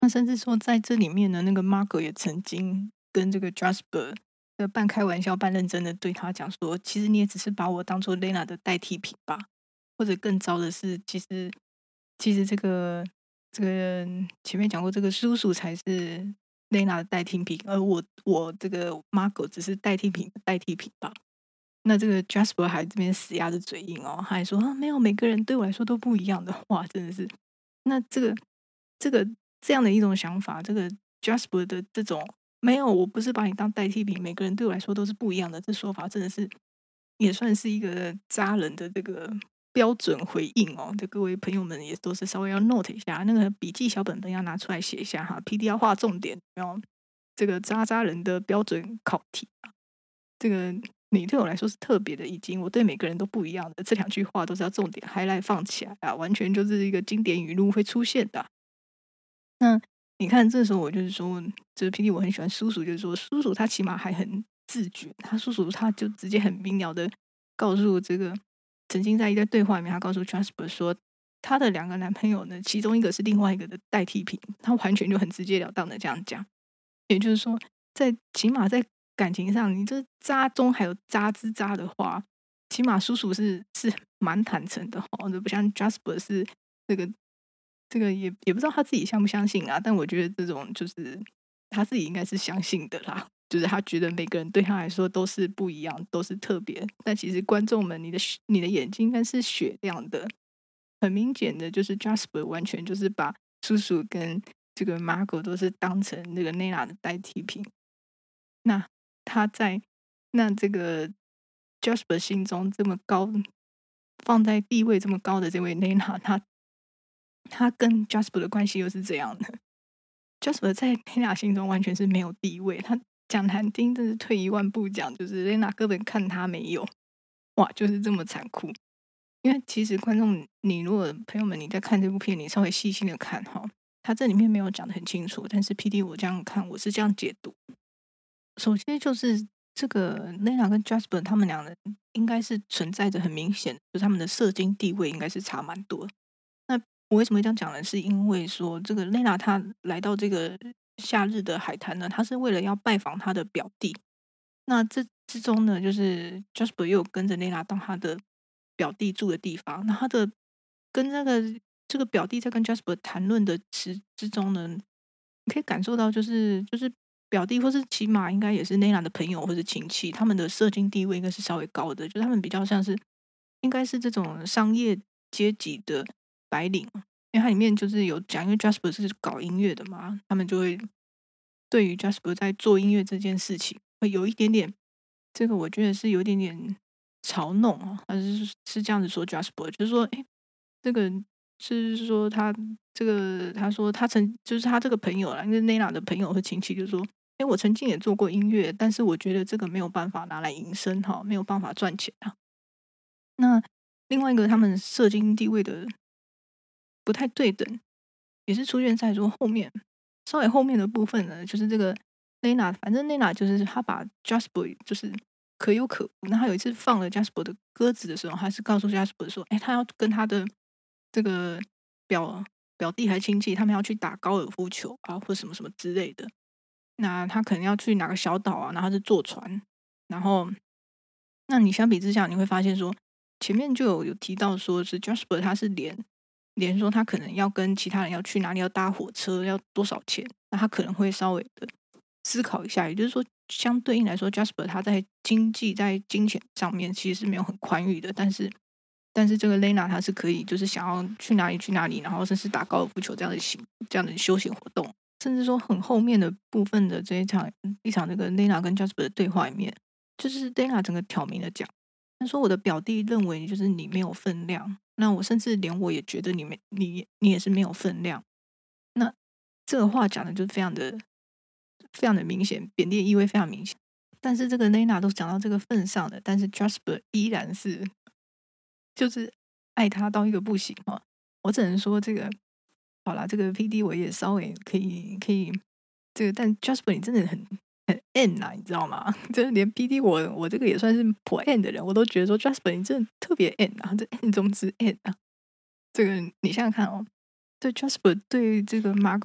那甚至说在这里面呢，那个 Marco 也曾经跟这个 Jasper 半开玩笑半认真的对他讲说：“其实你也只是把我当做 Lena 的代替品吧。”或者更糟的是，其实这个前面讲过，这个叔叔才是 Lena 的代替品，而我这个 Marco 只是代替品的代替品吧。那这个 Jasper 还这边死鸭子嘴硬哦，他还说：“啊，没有，每个人对我来说都不一样的。”哇，真的是，那这个这样的一种想法，这个 Jasper 的这种“没有，我不是把你当代替品，每个人对我来说都是不一样的”这说法，真的是也算是一个渣人的这个标准回应哦。这各位朋友们也都是稍微要 note 一下，那个笔记小本本要拿出来写一下哈，PD 要画重点，然后这个渣人的标准考题。这个你对我来说是特别的，以及我对每个人都不一样的，这两句话都是要重点 highlight 放起来啊，完全就是一个经典语录会出现的啊。那你看，这时候我就是说，就是 PD 我很喜欢叔叔，就是说叔叔他起码还很自觉，他叔叔他就直接很明了的告诉这个曾经在一段对话里面，他告诉 Jasper 说，他的两个男朋友呢，其中一个是另外一个的代替品，他完全就很直截了当的这样讲。也就是说，起码在感情上，你这渣中还有渣之渣的话，起码叔叔是蛮坦诚的哦，就不像 Jasper 是这个也不知道他自己相不相信啊，但我觉得这种就是他自己应该是相信的啦，就是他觉得每个人对他来说都是不一样，都是特别。但其实观众们，你的眼睛应该是雪亮的，很明显的就是 Jasper 完全就是把叔叔跟这个 Margot 都是当成那个 Nena 的代替品。那他在这个 Jasper 心中这么高，放在地位这么高的这位 Nena，他跟 Jasper 的关系又是怎样的？Jasper 在 Lena 心中完全是没有地位，他讲难听，真是退一万步讲，就是 Lena 根本看他没有，哇，就是这么残酷。因为其实观众，你如果朋友们你在看这部片，你稍微细心的看哈，他这里面没有讲的很清楚，但是 PD 我这样看，我是这样解读。首先就是这个 Lena 跟 Jasper 他们两人应该是存在着很明显，就是他们的社经地位应该是差蛮多的。那我为什么会这样讲呢？是因为说这个 Lena 她来到这个夏日的海滩呢，她是为了要拜访她的表弟。那这之中呢，就是 Jasper 又有跟着 Lena 到他的表弟住的地方。那他的跟这个表弟在跟 Jasper 谈论的之中呢，你可以感受到就是表弟或是起码应该也是 Lena 的朋友或是亲戚，他们的社经地位应该是稍微高的，就是他们比较像是应该是这种商业阶级的白领。因为它里面就是有讲，因为 Jasper 是搞音乐的嘛，他们就会对于 Jasper 在做音乐这件事情，会有一点点，这个我觉得是有一点点嘲弄啊，是这样子说 Jasper，就是说，哎，这个是说他这个他说就是他这个朋友啦，因为 Nena 的朋友和亲戚就说，哎，我曾经也做过音乐，但是我觉得这个没有办法拿来营生哈，没有办法赚钱啊。那另外一个他们社经地位的不太对等，也是出现在说后面稍微后面的部分呢，就是这个 Lena，反正 Lena 就是她把 Jasper 就是可有可无。那她有一次放了 Jasper 的鸽子的时候，还是告诉 Jasper 说，哎，他要跟他的这个表表弟还亲戚，他们要去打高尔夫球啊，或什么什么之类的。那他可能要去哪个小岛啊，然后他是坐船，然后那你相比之下，你会发现说，前面就有提到说是 Jasper 他是连说他可能要跟其他人要去哪里，要搭火车要多少钱，那他可能会稍微的思考一下。也就是说，相对应来说，Jasper 他在经济在金钱上面其实是没有很宽裕的，但是这个 Lena 她是可以就是想要去哪里去哪里，然后甚至打高尔夫球这样的休闲活动，甚至说很后面的部分的一场这个 Lena 跟 Jasper 的对话里面，就是 Lena 整个挑明的讲。他说：“我的表弟认为就是你没有分量，那我甚至连我也觉得你也是没有分量。”那这个话讲的就是非常的明显，贬低的意味非常明显。但是这个 Lena 都讲到这个份上了，但是 Jasper 依然是就是爱他到一个不行哈。我只能说这个好啦，这个 PD 我也稍微可以这个，但 Jasper 你真的很 N 啊，你知道吗？就是连 PD 我这个也算是颇 N 的人，我都觉得说 Jasper 你真的特别 N 啊，这 N 中之 N 啊。这个你想想看哦，对 Jasper 对这个 Margot 跟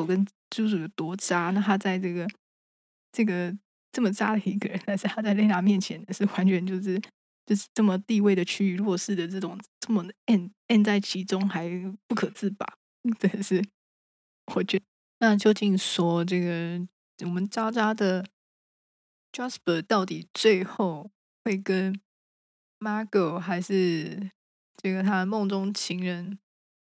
叔叔有多渣，那他在这个这么渣的一个人，但是他在蕾娜面前是完全就是这么地位的趋于弱势的这种这么 N 在其中还不可自拔，真的是我觉得。那究竟说这个我们渣渣的 Jasper 到底最后会跟 Margot 还是这个他的梦中情人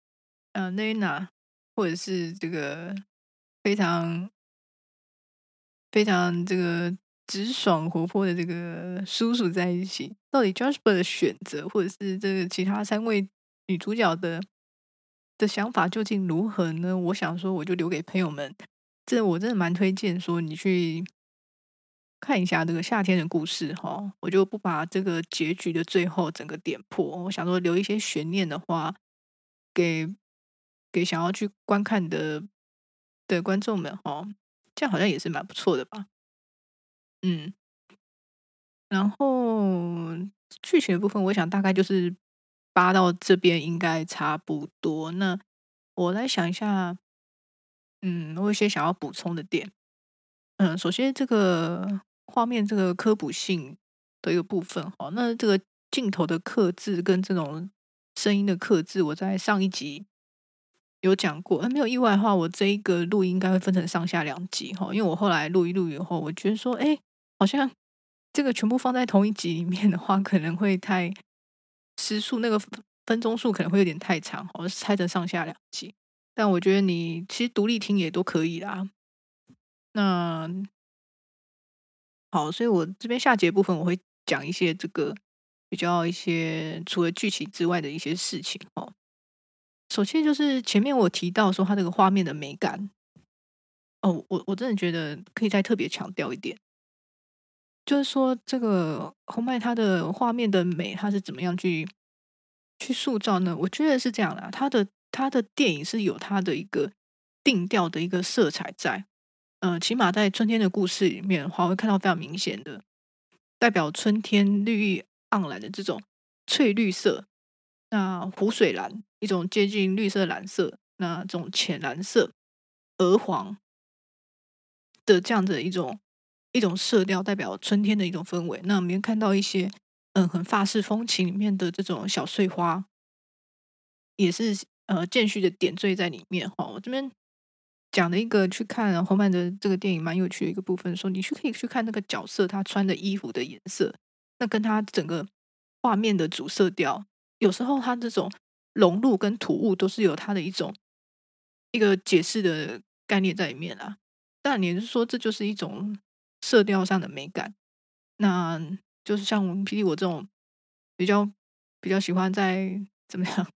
Lena，或者是这个非常非常这个直爽活泼的这个叔叔在一起，到底 Jasper 的选择，或者是这个其他三位女主角的想法究竟如何呢？我想说，我就留给朋友们。这我真的蛮推荐说你去看一下这个夏天的故事哈，我就不把这个结局的最后整个点破。我想说留一些悬念的话，给给想要去观看的观众们哈，这样好像也是蛮不错的吧。嗯，然后剧情的部分，我想大概就是扒到这边应该差不多。那我来想一下，我有一些想要补充的点。首先这个画面这个科普性的一个部分哈，那这个镜头的克制跟这种声音的克制，我在上一集有讲过。没有意外的话，我这一个录音应该会分成上下两集哈，因为我后来录一录以后，我觉得说，好像这个全部放在同一集里面的话，可能会太时速那个分钟数可能会有点太长，我是拆成上下两集。但我觉得你其实独立听也都可以啦。那好，所以我这边下节部分我会讲一些这个比较一些除了剧情之外的一些事情哦。首先就是前面我提到说它这个画面的美感哦，我真的觉得可以再特别强调一点，就是说这个红麦它的画面的美，它是怎么样去塑造呢？我觉得是这样啦，它的电影是有它的一个定调的一个色彩在，起码在春天的故事里面的话，会看到非常明显的代表春天绿意盎然的这种翠绿色，那湖水蓝一种接近绿色蓝色，那这种浅蓝色、鹅黄的这样的一种色调，代表春天的一种氛围。那我们看到一些很法式风情里面的这种小碎花，也是渐序的点缀在里面哈。我这边讲的一个去看红漫的这个电影蛮有趣的一个部分，说你可以去看那个角色他穿的衣服的颜色，那跟他整个画面的主色调，有时候他这种融入跟突兀都是有他的一个解释的概念在里面啦。当然，你是说这就是一种色调上的美感，那就是像我们霹雳我这种比较喜欢在怎么样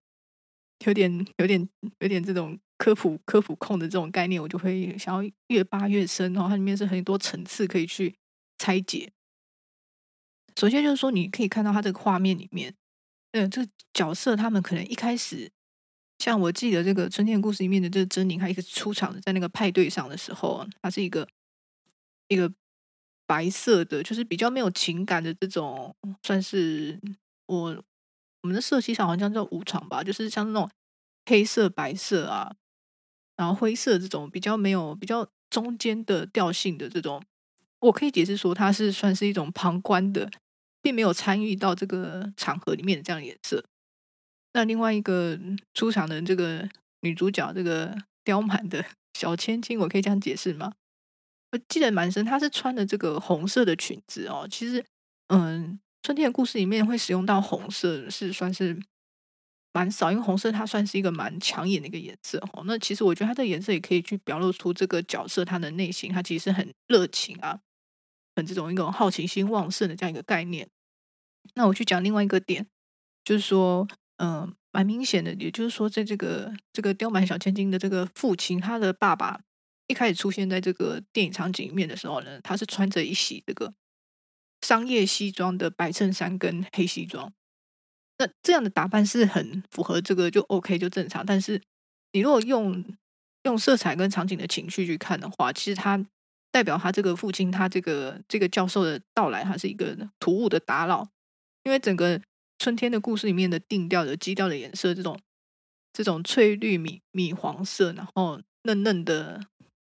有点这种科普控的这种概念，我就会想要越扒越深，然后它里面是很多层次可以去拆解。首先就是说，你可以看到它这个画面里面，这个角色他们可能一开始，像我记得这个春天的故事里面的这个珍妮，她一个出场的在那个派对上的时候，她是一个白色的，就是比较没有情感的这种，算是我们的色系上好像叫无常吧，就是像那种黑色、白色啊，然后灰色这种比较没有比较中间的调性的这种，我可以解释说它是算是一种旁观的，并没有参与到这个场合里面的这样的颜色。那另外一个出场的这个女主角，这个刁蛮的小千金，我可以这样解释吗？我记得蛮深，她是穿的这个红色的裙子哦。其实，春天的故事里面会使用到红色，是算是蛮少，因为红色它算是一个蛮抢眼的一个颜色哦。那其实我觉得它的颜色也可以去表露出这个角色他的内心，他其实很热情啊，很这种一种好奇心旺盛的这样一个概念。那我去讲另外一个点，就是说，蛮明显的，也就是说，在这个刁蛮小千金的这个父亲，他的爸爸一开始出现在这个电影场景里面的时候呢，他是穿着一袭这个商业西装的白衬衫跟黑西装。那这样的打扮是很符合这个就 OK 就正常，但是你如果用色彩跟场景的情绪去看的话，其实他代表他这个父亲，他这个教授的到来，他是一个突兀的打扰，因为整个春天的故事里面的定调的基调的颜色，这种翠绿米黄色，然后嫩嫩的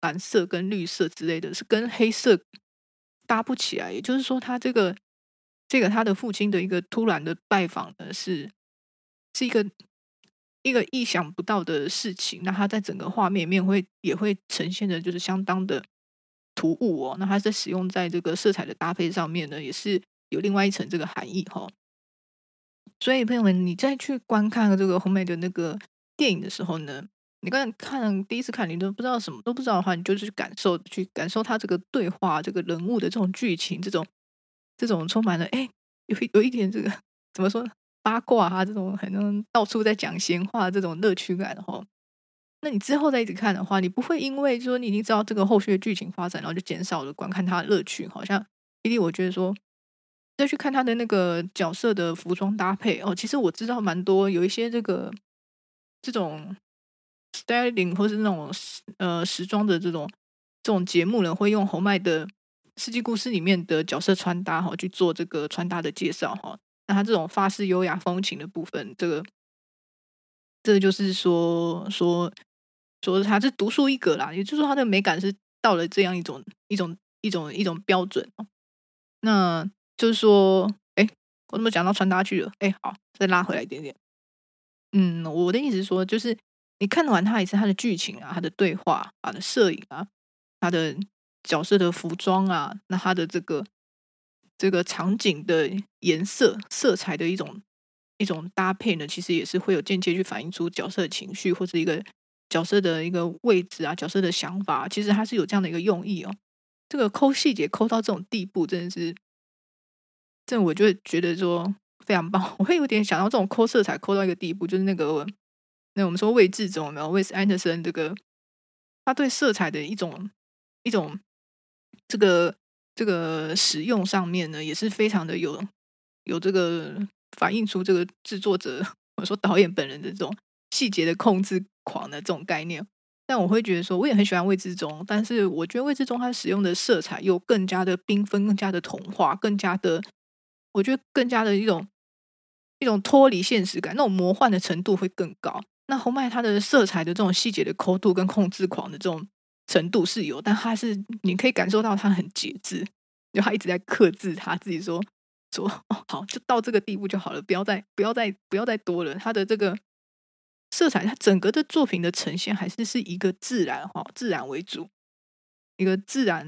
蓝色跟绿色之类的，是跟黑色搭不起来。也就是说，他这个他的父亲的一个突然的拜访呢，是一个意想不到的事情。那他在整个画面里面也会呈现的，就是相当的突兀哦。那他在使用在这个色彩的搭配上面呢，也是有另外一层这个含义哈、所以朋友们，你再去观看这个红梅的那个电影的时候呢，你刚才第一次看，你都不知道什么都不知道的话，你就去感受他这个对话、这个人物的这种剧情，这种充满了有一点这个怎么说八卦啊，这种很多到处在讲闲话这种乐趣感哈。那你之后再一直看的话，你不会因为说你已经知道这个后续的剧情发展，然后就减少了观看它的乐趣。好像霹雳，我觉得说再去看他的那个角色的服装搭配哦，其实我知道蛮多有一些这种 styling 或是那种时装的这种节目呢，会用红麦的世纪故事里面的角色穿搭哈去做这个穿搭的介绍哈。那他这种法式优雅风情的部分，这个就是说它是独树一格啦，也就是说它的美感是到了这样一种标准哦。那就是说，我怎么讲到穿搭去了？好，再拉回来一点点。我的意思是说，就是你看完它一次，它的剧情啊，它的对话，它的摄影啊，它的角色的服装啊，那它的这个场景的颜色、色彩的一种搭配呢，其实也是会有间接去反映出角色的情绪，或者一个角色的一个位置啊，角色的想法，其实它是有这样的一个用意哦。这个抠细节抠到这种地步，真的是，这我就会觉得说非常棒。我会有点想到这种抠色彩抠到一个地步，就是那我们说魏志忠有没有？魏斯安德森这个他对色彩的一种这个使用上面呢，也是非常的有这个反映出这个制作者，我说导演本人的这种细节的控制狂的这种概念。但我会觉得说，我也很喜欢魏志忠，但是我觉得魏志忠他使用的色彩又更加的缤纷，更加的童话，更加的，我觉得更加的一种脱离现实感，那种魔幻的程度会更高。那红麦它的色彩的这种细节的抠度跟控制狂的这种程度是有，但它是你可以感受到它很节制，就他一直在克制他自己说哦好，就到这个地步就好了，不要再多了。他的这个色彩，它整个的作品的呈现还是一个自然哈，自然为主，一个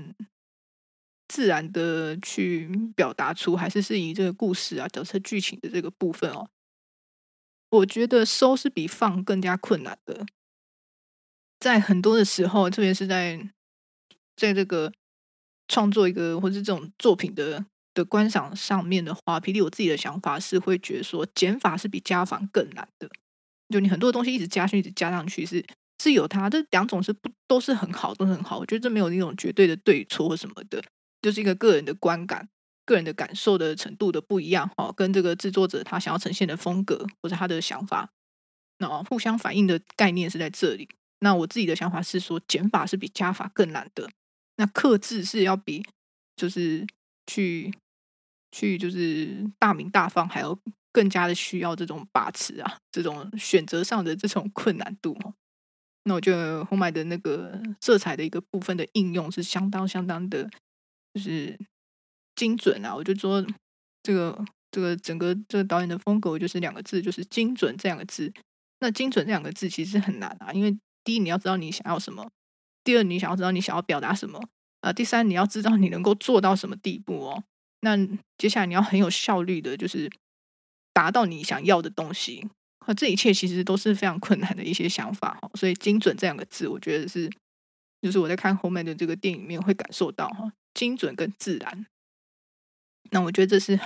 自然的去表达出，还是以这个故事啊、角色剧情的这个部分哦，我觉得收是比放更加困难的。在很多的时候，特别是在这个创作一个或是这种作品的观赏上面的话，霹雳我自己的想法是会觉得说，减法是比加法更难的。就你很多东西一直加上去，一直加上去是有它，这两种是不都是很好，都是很好。我觉得这没有那种绝对的对错或什么的，就是一个个人的观感、个人的感受的程度的不一样哈，跟这个制作者他想要呈现的风格或者他的想法，那互相反映的概念是在这里。那我自己的想法是说，减法是比加法更难的，那克制是要比就是去就是大鸣大放还要更加的需要这种把持啊，这种选择上的这种困难度哦。那我觉得红买的那个色彩的一个部分的应用是相当的，就是精准啊。我就说这个整个这个导演的风格，就是两个字，就是精准这两个字。那精准这两个字其实很难啊，因为第一你要知道你想要什么，第二你想要知道你想要表达什么，第三你要知道你能够做到什么地步哦。那接下来你要很有效率的，就是达到你想要的东西。这一切其实都是非常困难的一些想法哈。所以精准这两个字，我觉得就是我在看后面的这个电影里面会感受到哈，精准跟自然。那我觉得这是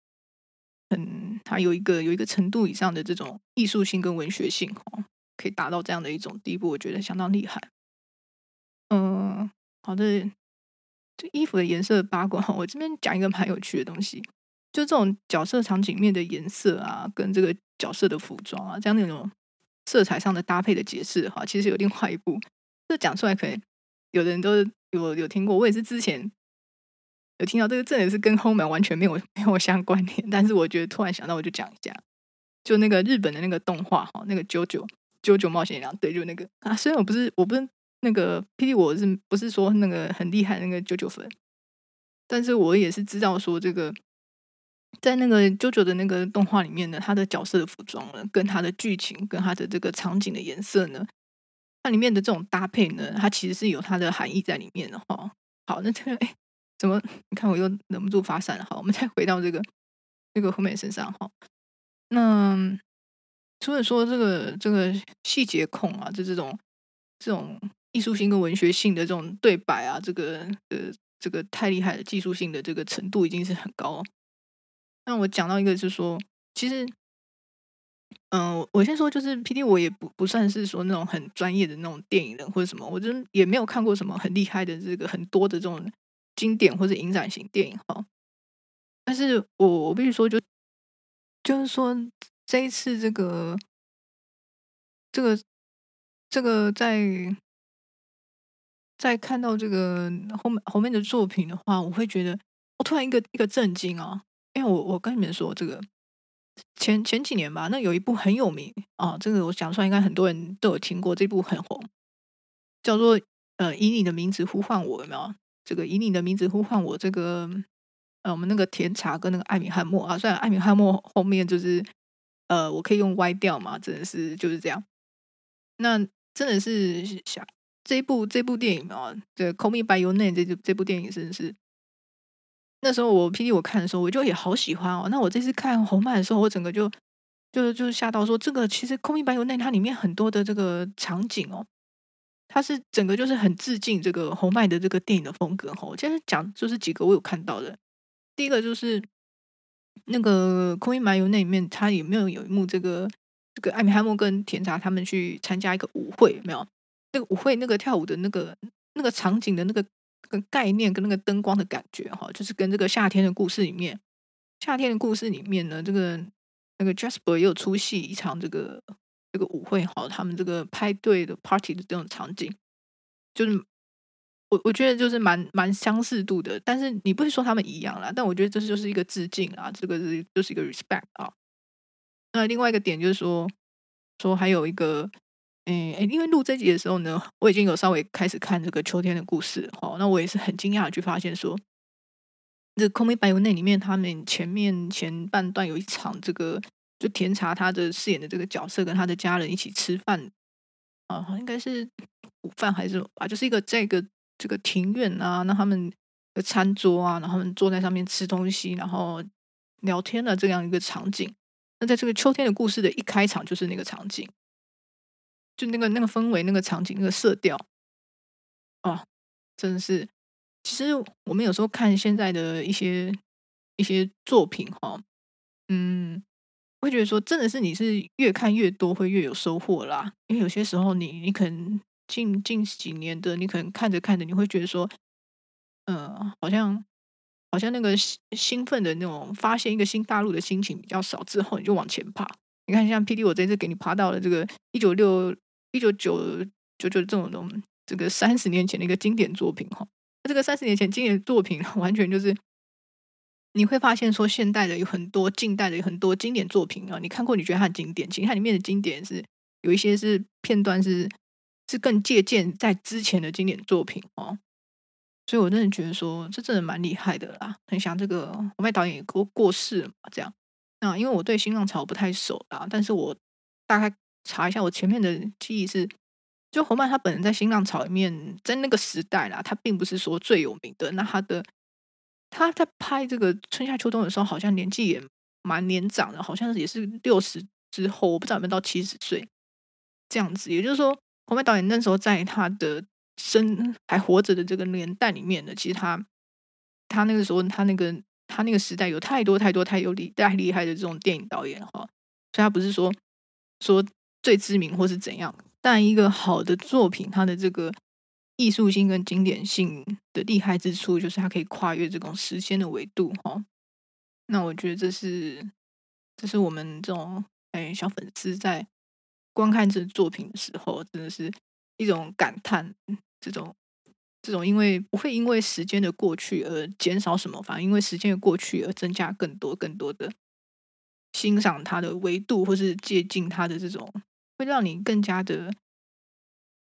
它有一个程度以上的这种艺术性跟文学性哦，可以达到这样的一种地步，我觉得相当厉害。嗯，好的，这衣服的颜色八卦，我这边讲一个蛮有趣的东西，就这种角色场景面的颜色啊，跟这个角色的服装啊，这样那种色彩上的搭配的解释哈，其实有另外一部，这讲出来可能有的人都有听过，我也是之前有听到这个，真的是跟后面完全没有相关联，但是我觉得突然想到，我就讲一下，就那个日本的那个动画哈，那个九九冒险羊，对，就那个啊，虽然我不是那个霹雳我是不是说那个很厉害那个99分，但是我也是知道说这个在那个 JoJo 的那个动画里面呢，他的角色的服装呢，跟他的剧情跟他的这个场景的颜色呢，它里面的这种搭配呢，它其实是有它的含义在里面的哈。好，那这个怎么你看我又忍不住发散了。好，我们再回到这个后面身上哈。那除了说这个细节控啊，这种艺术性跟文学性的这种对白啊，这个太厉害了，技术性的这个程度已经是很高哦。那我讲到一个就是说，其实我先说，就是 PD，我也不算是说那种很专业的那种电影人或者什么，我真也没有看过什么很厉害的这个很多的这种经典或者影展型电影哈。但是我必须说就是说这一次这个在看到这个后面的作品的话，我会觉得我突然一个震惊啊。因为我跟你们说这个前几年吧，那有一部很有名啊，这个我讲出来应该很多人都有听过，这部很红，叫做以你的名字呼唤我，有没有？这个以你的名字呼唤我，这个我们那个甜茶跟那个艾米汉默啊，虽然艾米汉默后面就是我可以用歪掉嘛，真的是就是这样。那真的是想这部电影啊，这《Call Me by Your Name》这部电影真的是那时候我 PD 我看的时候，我就也好喜欢哦。那我这次看红麦的时候，我整个就吓到说，这个其实《Call Me by Your Name》它里面很多的这个场景哦，它是整个就是很致敬这个红麦的这个电影的风格哈。我今天讲就是几个我有看到的，第一个就是那个《Call Me by Your Name》里面，它有一幕这个艾米哈默跟甜茶他们去参加一个舞会，有没有？那个舞会那个跳舞的那个场景的那个概念跟那个灯光的感觉哈，就是跟这个夏天的故事里面呢，那个 Jasper 也有出戏一场这个舞会哈，他们这个派对的 party 的这种场景，就是我觉得就是蛮相似度的，但是你不会说他们一样啦，但我觉得这就是一个致敬啊，这个就是一个 respect 啊。那另外一个点就是说还有一个，因为录这集的时候呢，我已经有稍微开始看这个秋天的故事哈，那我也是很惊讶的去发现说，这《Call Me by Your Name》里面他们前半段有一场就甜茶他的饰演的这个角色跟他的家人一起吃饭啊，应该是午饭还是什么吧，就是一个这个庭院啊，那他们的餐桌啊，然后他们坐在上面吃东西，然后聊天的这样一个场景。那在这个秋天的故事的一开场就是那个场景，就那个氛围、那个场景、那个色调啊，真的是。其实我们有时候看现在的一些作品哈，嗯，会觉得说真的是你是越看越多，会越有收获啦。因为有些时候你可能近几年的，你可能看着看着，你会觉得说，好像那个兴奋的那种发现一个新大陆的心情比较少，之后你就往前爬。你看像 PD，我这次给你爬到了这个1999这这个30年前的一个经典作品哈。那这个30年前经典作品完全就是你会发现说现代的有很多，近代的有很多经典作品啊，你看过你觉得它很经典，其实它里面的经典是有一些是片段是更借鉴在之前的经典作品哦。所以我真的觉得说，这真的蛮厉害的啦。很想这个红麦导演也过世了嘛，这样。那因为我对新浪潮不太熟啦，但是我大概查一下，我前面的记忆是，就侯麦他本人在新浪潮里面，在那个时代啦，他并不是说最有名的。那他在拍这个春夏秋冬的时候，好像年纪也蛮年长的，好像也是60之后，我不知道有没有到70岁这样子。也就是说，红麦导演那时候在他的还活着的这个年代里面呢，其实他那个时候他那个时代有太多太多太厉害的这种电影导演哈，所以他不是说最知名或是怎样，但一个好的作品，它的这个艺术性跟经典性的厉害之处，就是它可以跨越这种时间的维度哈。那我觉得这是我们这种小粉丝在观看这作品的时候，真的是一种感叹，这种因为不会因为时间的过去而减少什么，反而因为时间的过去而增加更多更多的欣赏它的维度，或是接近它的这种，会让你更加的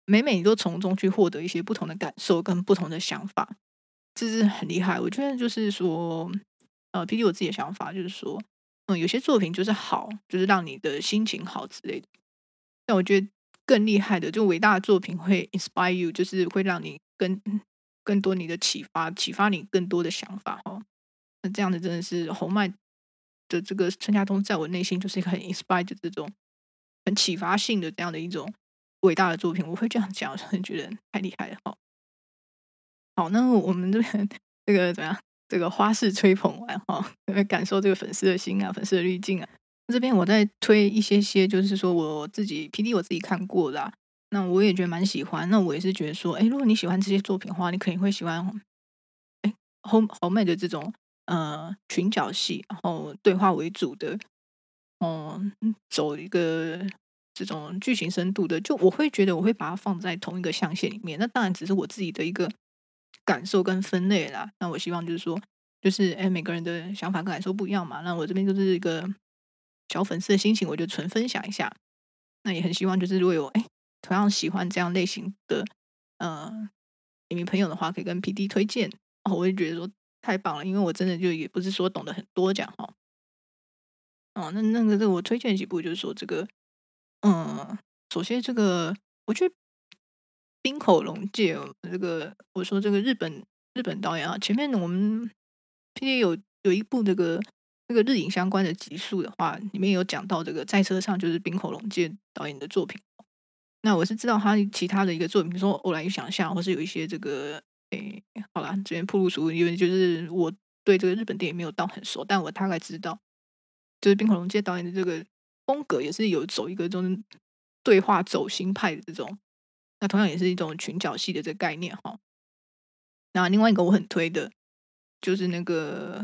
每每你都从中去获得一些不同的感受跟不同的想法，这是很厉害。我觉得就是说，PD 我自己的想法就是说，有些作品就是好，就是让你的心情好之类的。但我觉得更厉害的，就伟大的作品会 inspire you，就是会让你更多你的启发，启发你更多的想法哦。那这样的真的是红麦的这个陈家东，在我内心就是一个很 inspire 的这种很启发性的这样的一种伟大的作品，我会这样讲，我真的觉得太厉害了哈。好，那我们这边这个怎么样？这个花式吹捧完哈，有没有感受这个粉丝的心啊，粉丝的滤镜啊？这边我再推一些，就是说我自己 PD 我自己看过的啊，那我也觉得蛮喜欢。那我也是觉得说，哎，如果你喜欢这些作品的话，你肯定会喜欢红妹的这种群角戏，然后对话为主的，走一个这种剧情深度的，就我会觉得我会把它放在同一个象限里面。那当然只是我自己的一个感受跟分类啦。那我希望就是说，就是每个人的想法跟感受不一样嘛。那我这边就是一个小粉丝的心情，我就纯分享一下。那也很希望就是如果有同样喜欢这样类型的呃影迷朋友的话，可以跟 PD 推荐哦。我也觉得说太棒了，因为我真的就也不是说懂得很多讲哈。哦，那个我推荐几部，就是说这个，嗯，首先这个我觉得冰口龙介哦这个我说这个日本导演啊，前面我们 PD 有一部这个日影相关的集数的话，里面有讲到这个在车上就是冰口龙介导演的作品。那我是知道他其他的一个作品，比如说《偶然与想象》，或是有一些这个，好啦，这边铺路俗，因为就是我对这个日本电影没有到很熟，但我大概知道，就是滨口龙介导演的这个风格也是有走一个这种对话走心派的这种，那同样也是一种群角戏的这个概念哈。那另外一个我很推的，就是那个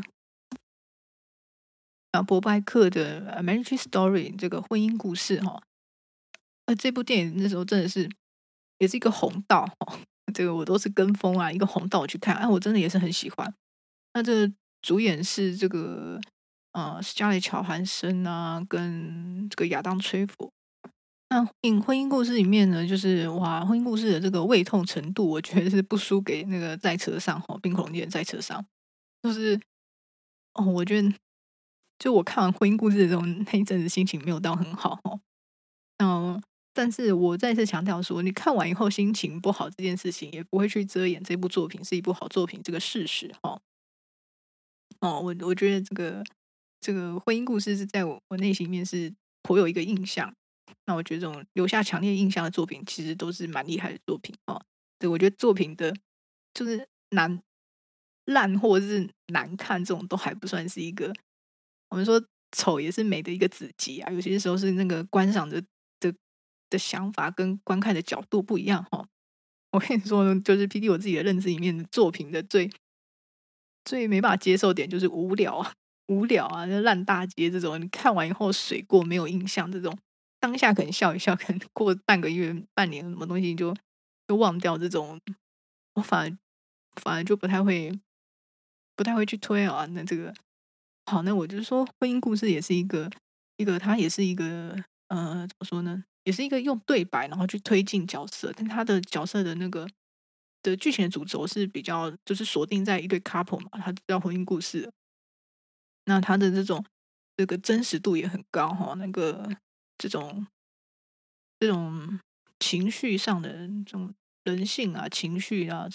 博拜克的《Marriage Story》这个婚姻故事哈。这部电影那时候真的是也是一个红道哦，这个我都是跟风啊，一个红道我去看，我真的也是很喜欢。那这个主演是这个斯嘉丽·乔韩森啊，跟这个亚当·崔佛。那婚姻故事里面呢，就是哇，婚姻故事的这个胃痛程度，我觉得是不输给那个在车上哈，冰口龙介在车上，就是我觉得就我看完婚姻故事的这种那一阵子心情没有到很好哦。嗯，但是我再次强调说，你看完以后心情不好这件事情，也不会去遮掩这部作品是一部好作品这个事实哈。我觉得这个婚姻故事是在我内心里面是颇有一个印象。那我觉得这种留下强烈印象的作品，其实都是蛮厉害的作品哦。对，我觉得作品的，就是烂或者是难看，这种都还不算是一个。我们说丑也是美的一个子集啊，有些时候是那个观赏的的想法跟观看的角度不一样哈。我跟你说，就是 PD 我自己的认知里面的作品的最没办法接受点就是无聊啊，无聊啊，就烂大街这种，你看完以后水过没有印象这种，当下可能笑一笑，可能过半个月、半年什么东西就忘掉这种，我反而就不太会去推啊。那这个好，那我就是说婚姻故事也是一个，它也是一个怎么说呢？也是一个用对白然后去推进角色，但他的角色的那个的剧情的主轴是比较就是锁定在一对 couple 嘛，它叫婚姻故事。那他的这个真实度也很高哈，那个这种这种情绪上的这种人性啊、情绪啊，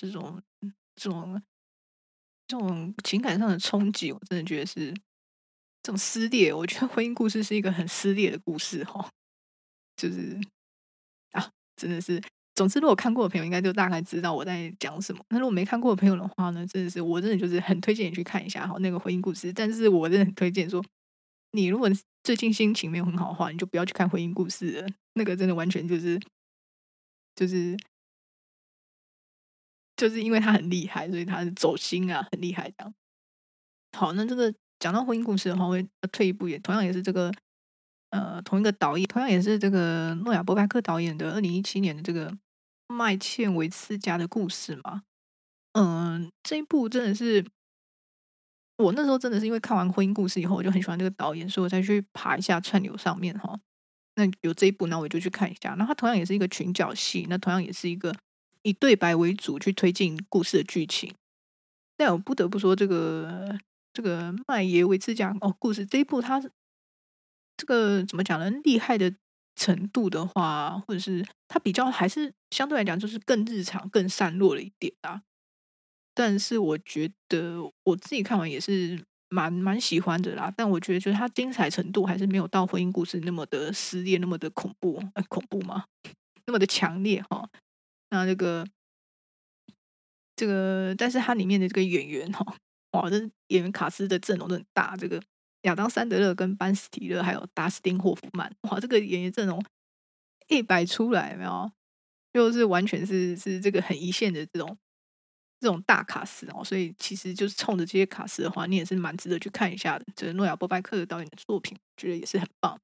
这种情感上的冲击，我真的觉得是这种撕裂。我觉得婚姻故事是一个很撕裂的故事哈，就是真的是。总之，如果看过的朋友应该就大概知道我在讲什么。那如果没看过的朋友的话呢，真的是我真的就是很推荐你去看一下哈那个婚姻故事。但是我真的很推荐说，你如果最近心情没有很好的话，你就不要去看婚姻故事了。那个真的完全就是就是因为他很厉害，所以他是走心啊，很厉害这样。好，那这个讲到婚姻故事的话，我会退一步也同样也是这个同一个导演，同样也是这个诺亚·波派克导演的2017年的这个麦茜维茨家的故事嘛。这一部真的是我那时候真的是因为看完婚姻故事以后，我就很喜欢这个导演，所以我才去爬一下串流上面哈。 那有这一部，那我就去看一下。那它同样也是一个群角戏，那同样也是一个以对白为主去推进故事的剧情。但我不得不说，这个麦爷维兹讲故事这一部，它这个怎么讲呢？厉害的程度的话，或者是它比较还是相对来讲，就是更日常、更散落了一点啊。但是我觉得我自己看完也是蛮喜欢的啦。但我觉得就是它精彩程度还是没有到婚姻故事那么的撕裂，那么的恐怖，恐怖吗？那么的强烈哈。那这个，但是它里面的这个演员哈，哇，这演员卡斯的阵容都很大。这个亚当·山德勒跟班斯提勒还有达斯汀·霍夫曼，哇，这个演员阵容一摆出来，有没有？就是完全是这个很一线的这种大卡司哦。所以其实就是冲着这些卡司的话，你也是蛮值得去看一下的。这个诺亚·波拜克的导演的作品，觉得也是很棒。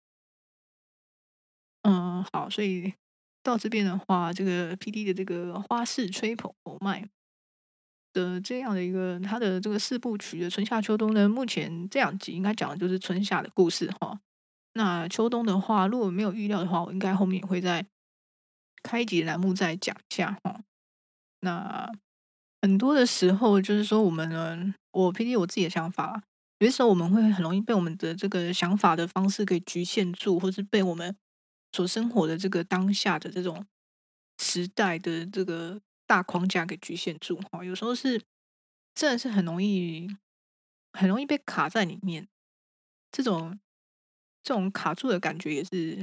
好，所以到这边的话，这个 PD 的这个花式吹捧欧麦的这样的一个它的这个四部曲的春夏秋冬呢，目前这两集应该讲的就是春夏的故事哈。那秋冬的话，如果没有预料的话，我应该后面也会再开一集的栏目再讲一下哈。那很多的时候就是说，我们呢，我 PD 我自己的想法啦，有些时候我们会很容易被我们的这个想法的方式给局限住，或是被我们所生活的这个当下的这种时代的这个大框架给局限住哈。有时候是真的是很容易被卡在里面，这种卡住的感觉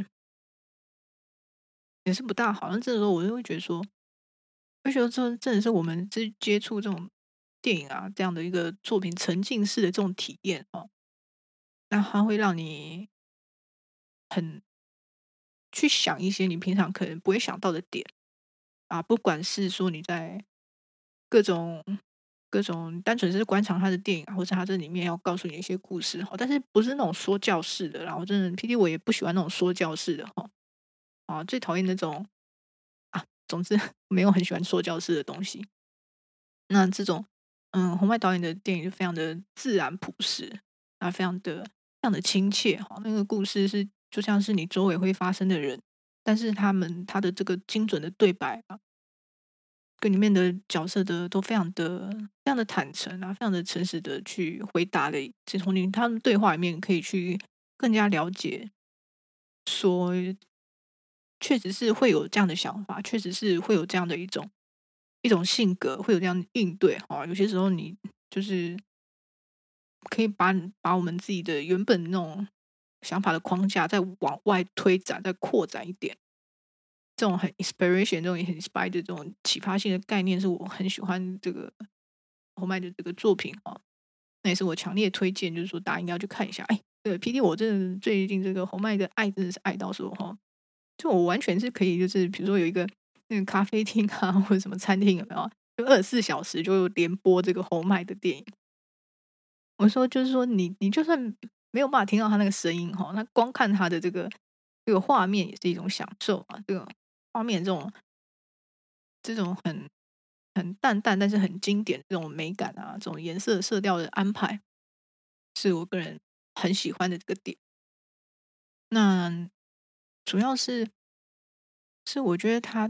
也是不大好。那这个时候我就会觉得说，会觉得这真的是我们接触这种电影啊这样的一个作品沉浸式的这种体验哦，那它会让你很去想一些你平常可能不会想到的点啊。不管是说你在各种各种单纯是观赏他的电影啊，或者他这里面要告诉你一些故事哈，但是不是那种说教式的。然后真的 PD 我也不喜欢那种说教式的哈。最讨厌那种总之没有很喜欢说教式的东西。那这种红麦导演的电影就非常的自然朴实，啊，非常的亲切哈。那个故事是就像是你周围会发生的人，但是他的这个精准的对白啊，跟里面的角色的都非常的坦诚啊，非常的诚实的去回答的。从他们对话里面可以去更加了解，说确实是会有这样的想法，确实是会有这样的一种性格，会有这样的应对哈。有些时候你就是可以把我们自己的原本那种想法的框架再往外推展、再扩展一点。这种很 inspiration、这种很 inspire 的这种启发性的概念，是我很喜欢这个侯麦的这个作品哈。那也是我强烈推荐，就是说大家应该要去看一下。对 PD，我真的最近这个侯麦的爱真的是爱到说哈，就我完全是可以，就是比如说有一个那个咖啡厅啊，或者什么餐厅有没有，就24小时就连播这个侯麦的电影。我说就是说你就算没有办法听到他那个声音哈，那光看他的这个画面也是一种享受啊。这个画面这种很淡淡但是很经典的这种美感啊，这种颜色色调的安排，是我个人很喜欢的这个点。那主要是我觉得他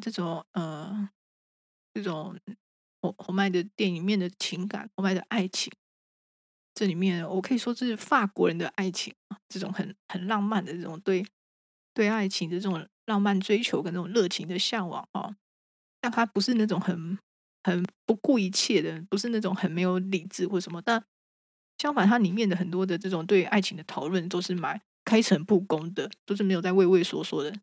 这种侯麦的电影里面的情感，侯麦的爱情，这里面我可以说这是法国人的爱情啊，这种很浪漫的这种对爱情的这种浪漫追求跟那种热情的向往啊。但他不是那种很不顾一切的，不是那种很没有理智或什么。但相反，它里面的很多的这种对爱情的讨论都是蛮开诚布公的，都是没有在畏畏缩缩的，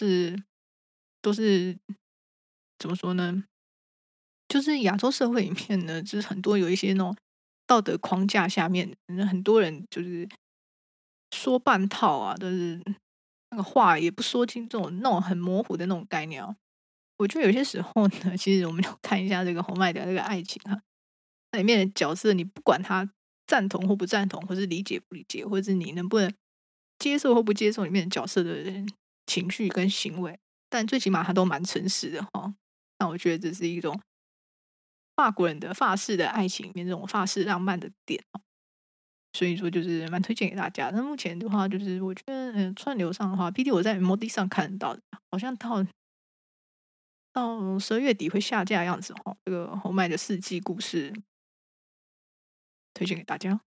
都是怎么说呢？就是亚洲社会里面呢，就是很多有一些那种道德框架下面，很多人就是说半套啊，都是那个话也不说清，那种很模糊的那种概念啊。我觉得有些时候呢，其实我们要看一下这个红麦的这个爱情哈，那里面的角色，你不管他赞同或不赞同，或是理解不理解，或者是你能不能接受或不接受里面的角色的情绪跟行为，但最起码他都蛮诚实的哈。那我觉得这是一种法国人的法式的爱情里面这种法式浪漫的点哦。 所以说就是蛮推荐给大家。那目前的话，就是我觉得，串流上的话，PD 我在 MOD 上看得到的，好像到12月底会下架的样子哈。这个侯麦的4季故事推荐给大家。